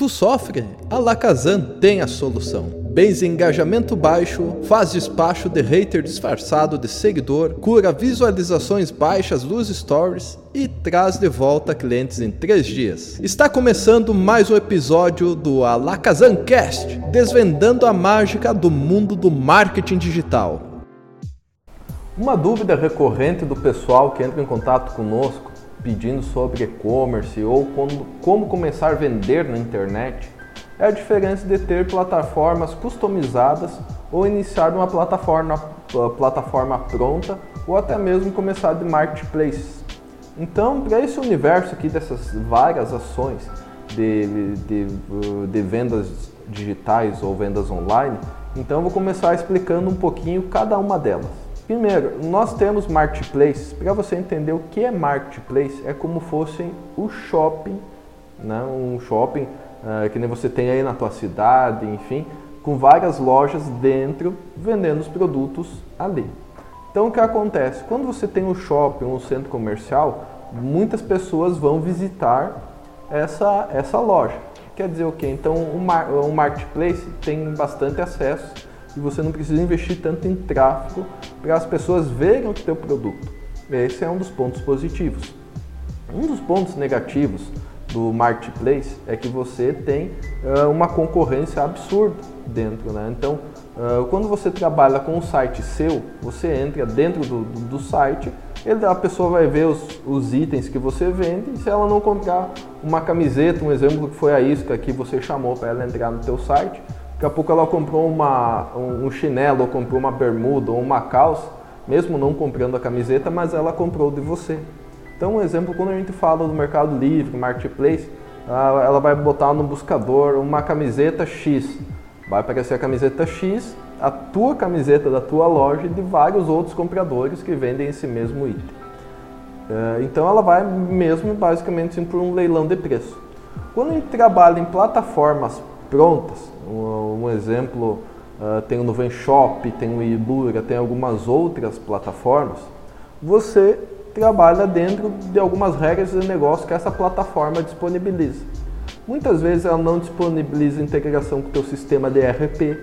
Tu sofre? A Lacazan tem a solução. Bens em engajamento baixo, faz despacho de hater disfarçado de seguidor, cura visualizações baixas dos stories e traz de volta clientes em 3 dias. Está começando mais um episódio do Lacazan Cast, desvendando a mágica do mundo do marketing digital. Uma dúvida recorrente do pessoal que entra em contato conosco pedindo sobre e-commerce ou como começar a vender na internet é a diferença de ter plataformas customizadas ou iniciar uma plataforma pronta ou até mesmo começar de marketplace. Então, para esse universo aqui dessas várias ações de vendas digitais ou vendas online, então eu vou começar explicando um pouquinho cada uma delas. Primeiro, nós temos marketplace. Para você entender o que é marketplace, é como fosse o shopping, né? Um shopping que nem você tem aí na tua cidade, enfim, com várias lojas dentro vendendo os produtos ali. Então o que acontece? Quando você tem um shopping, um centro comercial, muitas pessoas vão visitar essa loja. Quer dizer o quê? Então o marketplace tem bastante acesso e você não precisa investir tanto em tráfego para as pessoas verem o teu produto. Esse é um dos pontos positivos. Um dos pontos negativos do marketplace é que você tem uma concorrência absurda dentro, né? Então, quando você trabalha com um site seu, você entra dentro do site, a pessoa vai ver os itens que você vende, e se ela não comprar uma camiseta, um exemplo que foi a Isca que você chamou para ela entrar no teu site, daqui a pouco ela comprou um chinelo, ou comprou uma bermuda, ou uma calça, mesmo não comprando a camiseta, mas ela comprou de você. Então, um exemplo, quando a gente fala do Mercado Livre, Marketplace, ela vai botar no buscador uma camiseta X. Vai aparecer a camiseta X, a tua camiseta da tua loja e de vários outros compradores que vendem esse mesmo item. Então, ela vai mesmo basicamente por um leilão de preço. Quando a gente trabalha em plataformas prontas, um exemplo, tem o Nuvenshop, tem o Ilura, tem algumas outras plataformas, você trabalha dentro de algumas regras de negócio que essa plataforma disponibiliza. Muitas vezes ela não disponibiliza integração com o teu sistema de ERP,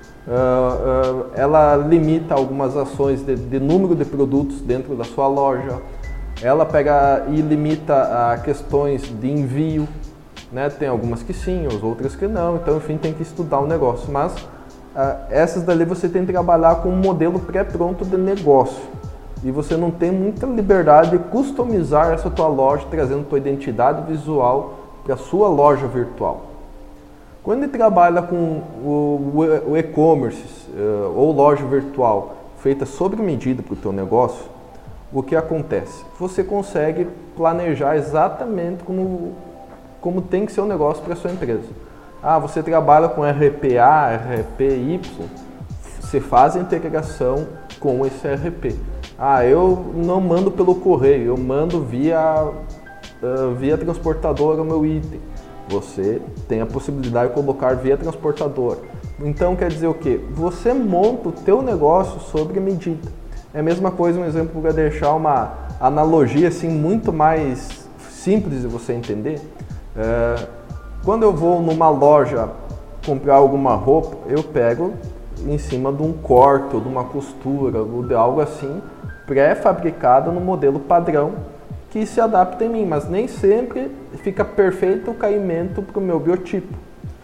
ela limita algumas ações de número de produtos dentro da sua loja, ela pega e limita a questões de envio, né? Tem algumas que sim, as outras que não, então enfim tem que estudar o negócio, mas essas dali você tem que trabalhar com um modelo pré-pronto de negócio. E você não tem muita liberdade de customizar essa tua loja, trazendo tua identidade visual para a sua loja virtual. Quando ele trabalha com o e-commerce ou loja virtual feita sob medida para o teu negócio, o que acontece? Você consegue planejar exatamente como tem que ser o negócio para a sua empresa. Você trabalha com RPA, RPY, você faz a integração com esse RP. Eu não mando pelo correio, eu mando via transportadora o meu item. Você tem a possibilidade de colocar via transportadora. Então quer dizer o quê? Você monta o teu negócio sobre medida. É a mesma coisa, um exemplo para deixar uma analogia assim, muito mais simples de você entender. Quando eu vou numa loja comprar alguma roupa, eu pego em cima de um corte ou de uma costura ou de algo assim, pré-fabricada no modelo padrão que se adapta em mim, mas nem sempre fica perfeito o caimento para o meu biotipo.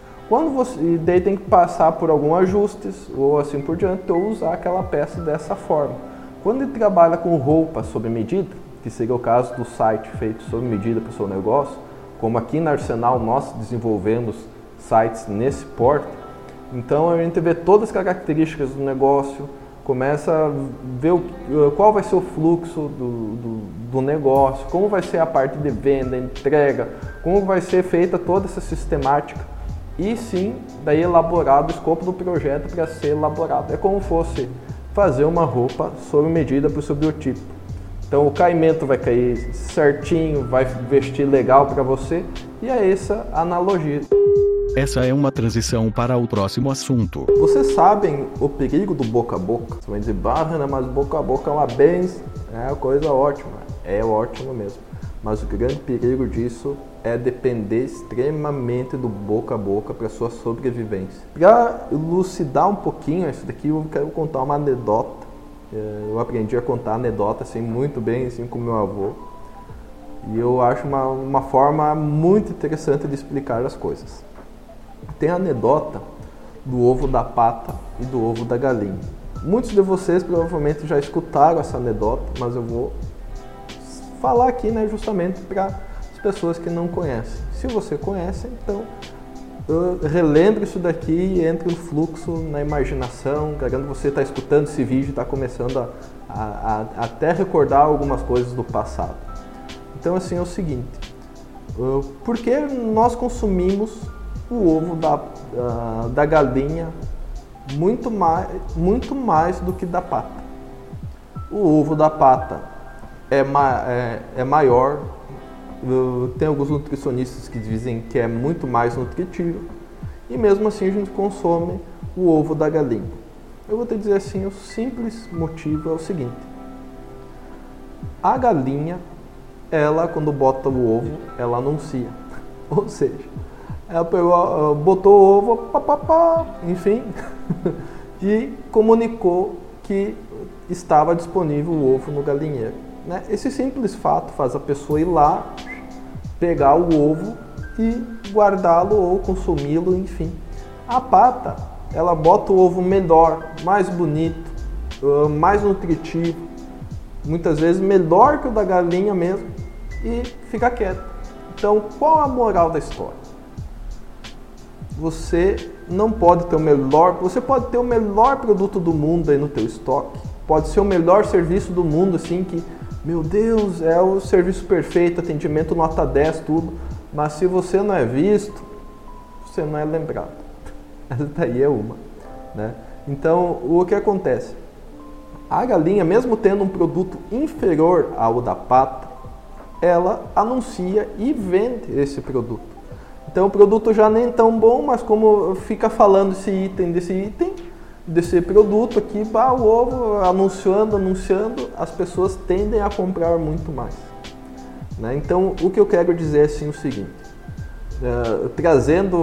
E daí tem que passar por alguns ajustes ou assim por diante, ou usar aquela peça dessa forma. Quando ele trabalha com roupa sob medida, que seria o caso do site feito sob medida para o seu negócio, como aqui na Arsenal nós desenvolvemos sites nesse porte, então a gente vê todas as características do negócio, começa a ver qual vai ser o fluxo do negócio, como vai ser a parte de venda, entrega, como vai ser feita toda essa sistemática e sim, daí elaborado o escopo do projeto para ser elaborado. É como fosse fazer uma roupa sob medida para o seu biotipo. Então o caimento vai cair certinho, vai vestir legal para você e é essa a analogia. Essa é uma transição para o próximo assunto. Vocês sabem o perigo do boca a boca? Você vai dizer, mas boca a boca é uma benção, é uma coisa ótima. É ótimo mesmo. mas o grande perigo disso é depender extremamente do boca a boca para sua sobrevivência. Para elucidar um pouquinho isso daqui, eu quero contar uma anedota. Eu aprendi a contar anedota assim, muito bem assim, com meu avô. E eu acho uma forma muito interessante de explicar as coisas. Tem a anedota do ovo da pata e do ovo da galinha. Muitos de vocês provavelmente já escutaram essa anedota, mas eu vou falar aqui, né, justamente para as pessoas que não conhecem. Se você conhece, então relembre isso daqui e entre no fluxo, na imaginação. Garanto que você está escutando esse vídeo e está começando a até recordar algumas coisas do passado. Então, assim, é o seguinte, por que nós consumimos o ovo da galinha muito mais do que da pata? O ovo da pata é maior, tem alguns nutricionistas que dizem que é muito mais nutritivo, e mesmo assim a gente consome o ovo da galinha. Eu vou te dizer assim, o simples motivo é o seguinte: a galinha, ela quando bota o ovo, ela anuncia, ou seja, ela botou o ovo, enfim, e comunicou que estava disponível o ovo no galinheiro. Né? Esse simples fato faz a pessoa ir lá, pegar o ovo e guardá-lo ou consumi-lo, enfim. A pata, ela bota o ovo melhor, mais bonito, mais nutritivo, muitas vezes melhor que o da galinha mesmo, e fica quieto. Então, qual a moral da história? Você não pode ter você pode ter o melhor produto do mundo aí no teu estoque, pode ser o melhor serviço do mundo, assim, que, meu Deus, é o serviço perfeito, atendimento nota 10, tudo, mas se você não é visto, você não é lembrado. Essa daí é uma, né? Então, o que acontece? A galinha, mesmo tendo um produto inferior ao da pata, ela anuncia e vende esse produto. Então o produto já nem tão bom, mas como fica falando desse produto aqui, o ovo anunciando, as pessoas tendem a comprar muito mais. Né? Então o que eu quero dizer é assim, o seguinte, trazendo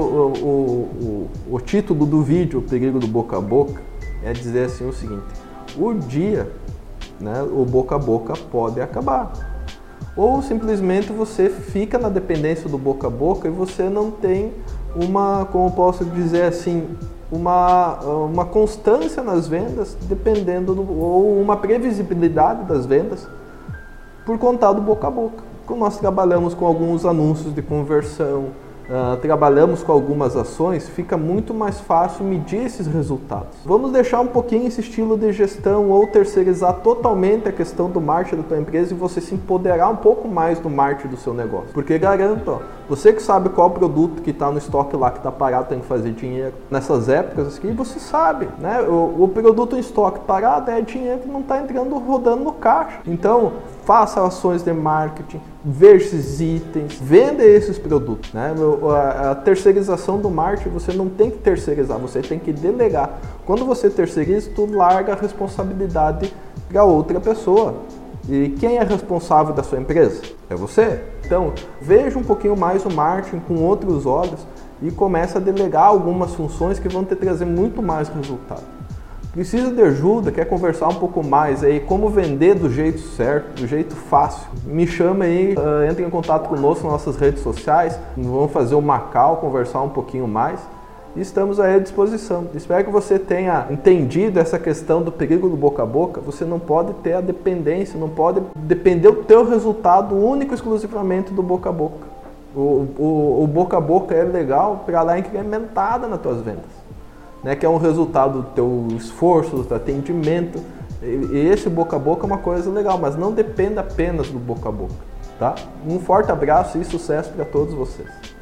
o título do vídeo, o perigo do boca a boca, é dizer assim o seguinte: o dia, né, o boca a boca pode acabar. Ou simplesmente você fica na dependência do boca a boca e você não tem como posso dizer assim, uma constância nas vendas, ou uma previsibilidade das vendas por conta do boca a boca. Como nós trabalhamos com alguns anúncios de conversão, trabalhamos com algumas ações, fica muito mais fácil medir esses resultados. Vamos deixar um pouquinho esse estilo de gestão ou terceirizar totalmente a questão do marketing da tua empresa e você se empoderar um pouco mais do marketing do seu negócio. Porque garanto, você que sabe qual produto que está no estoque lá, que está parado, tem que fazer dinheiro. Nessas épocas aqui, você sabe, né? O produto em estoque parado é dinheiro que não está entrando, rodando no caixa. Então, faça ações de marketing, veja esses itens, venda esses produtos. Né? A terceirização do marketing, você não tem que terceirizar, você tem que delegar. Quando você terceiriza, tu larga a responsabilidade para outra pessoa. E quem é responsável da sua empresa? É você. Então, veja um pouquinho mais o marketing com outros olhos e comece a delegar algumas funções que vão te trazer muito mais resultado. Precisa de ajuda, quer conversar um pouco mais aí, como vender do jeito certo, do jeito fácil? Me chama aí, entre em contato conosco nas nossas redes sociais, vamos fazer uma call, conversar um pouquinho mais. E estamos aí à disposição. Espero que você tenha entendido essa questão do perigo do boca a boca. Você não pode ter a dependência, não pode depender do teu resultado único e exclusivamente do boca a boca. O boca a boca é legal para dar incrementada nas tuas vendas. Né, que é um resultado do teu esforço, do teu atendimento, e esse boca a boca é uma coisa legal, mas não dependa apenas do boca a boca, tá? Um forte abraço e sucesso para todos vocês.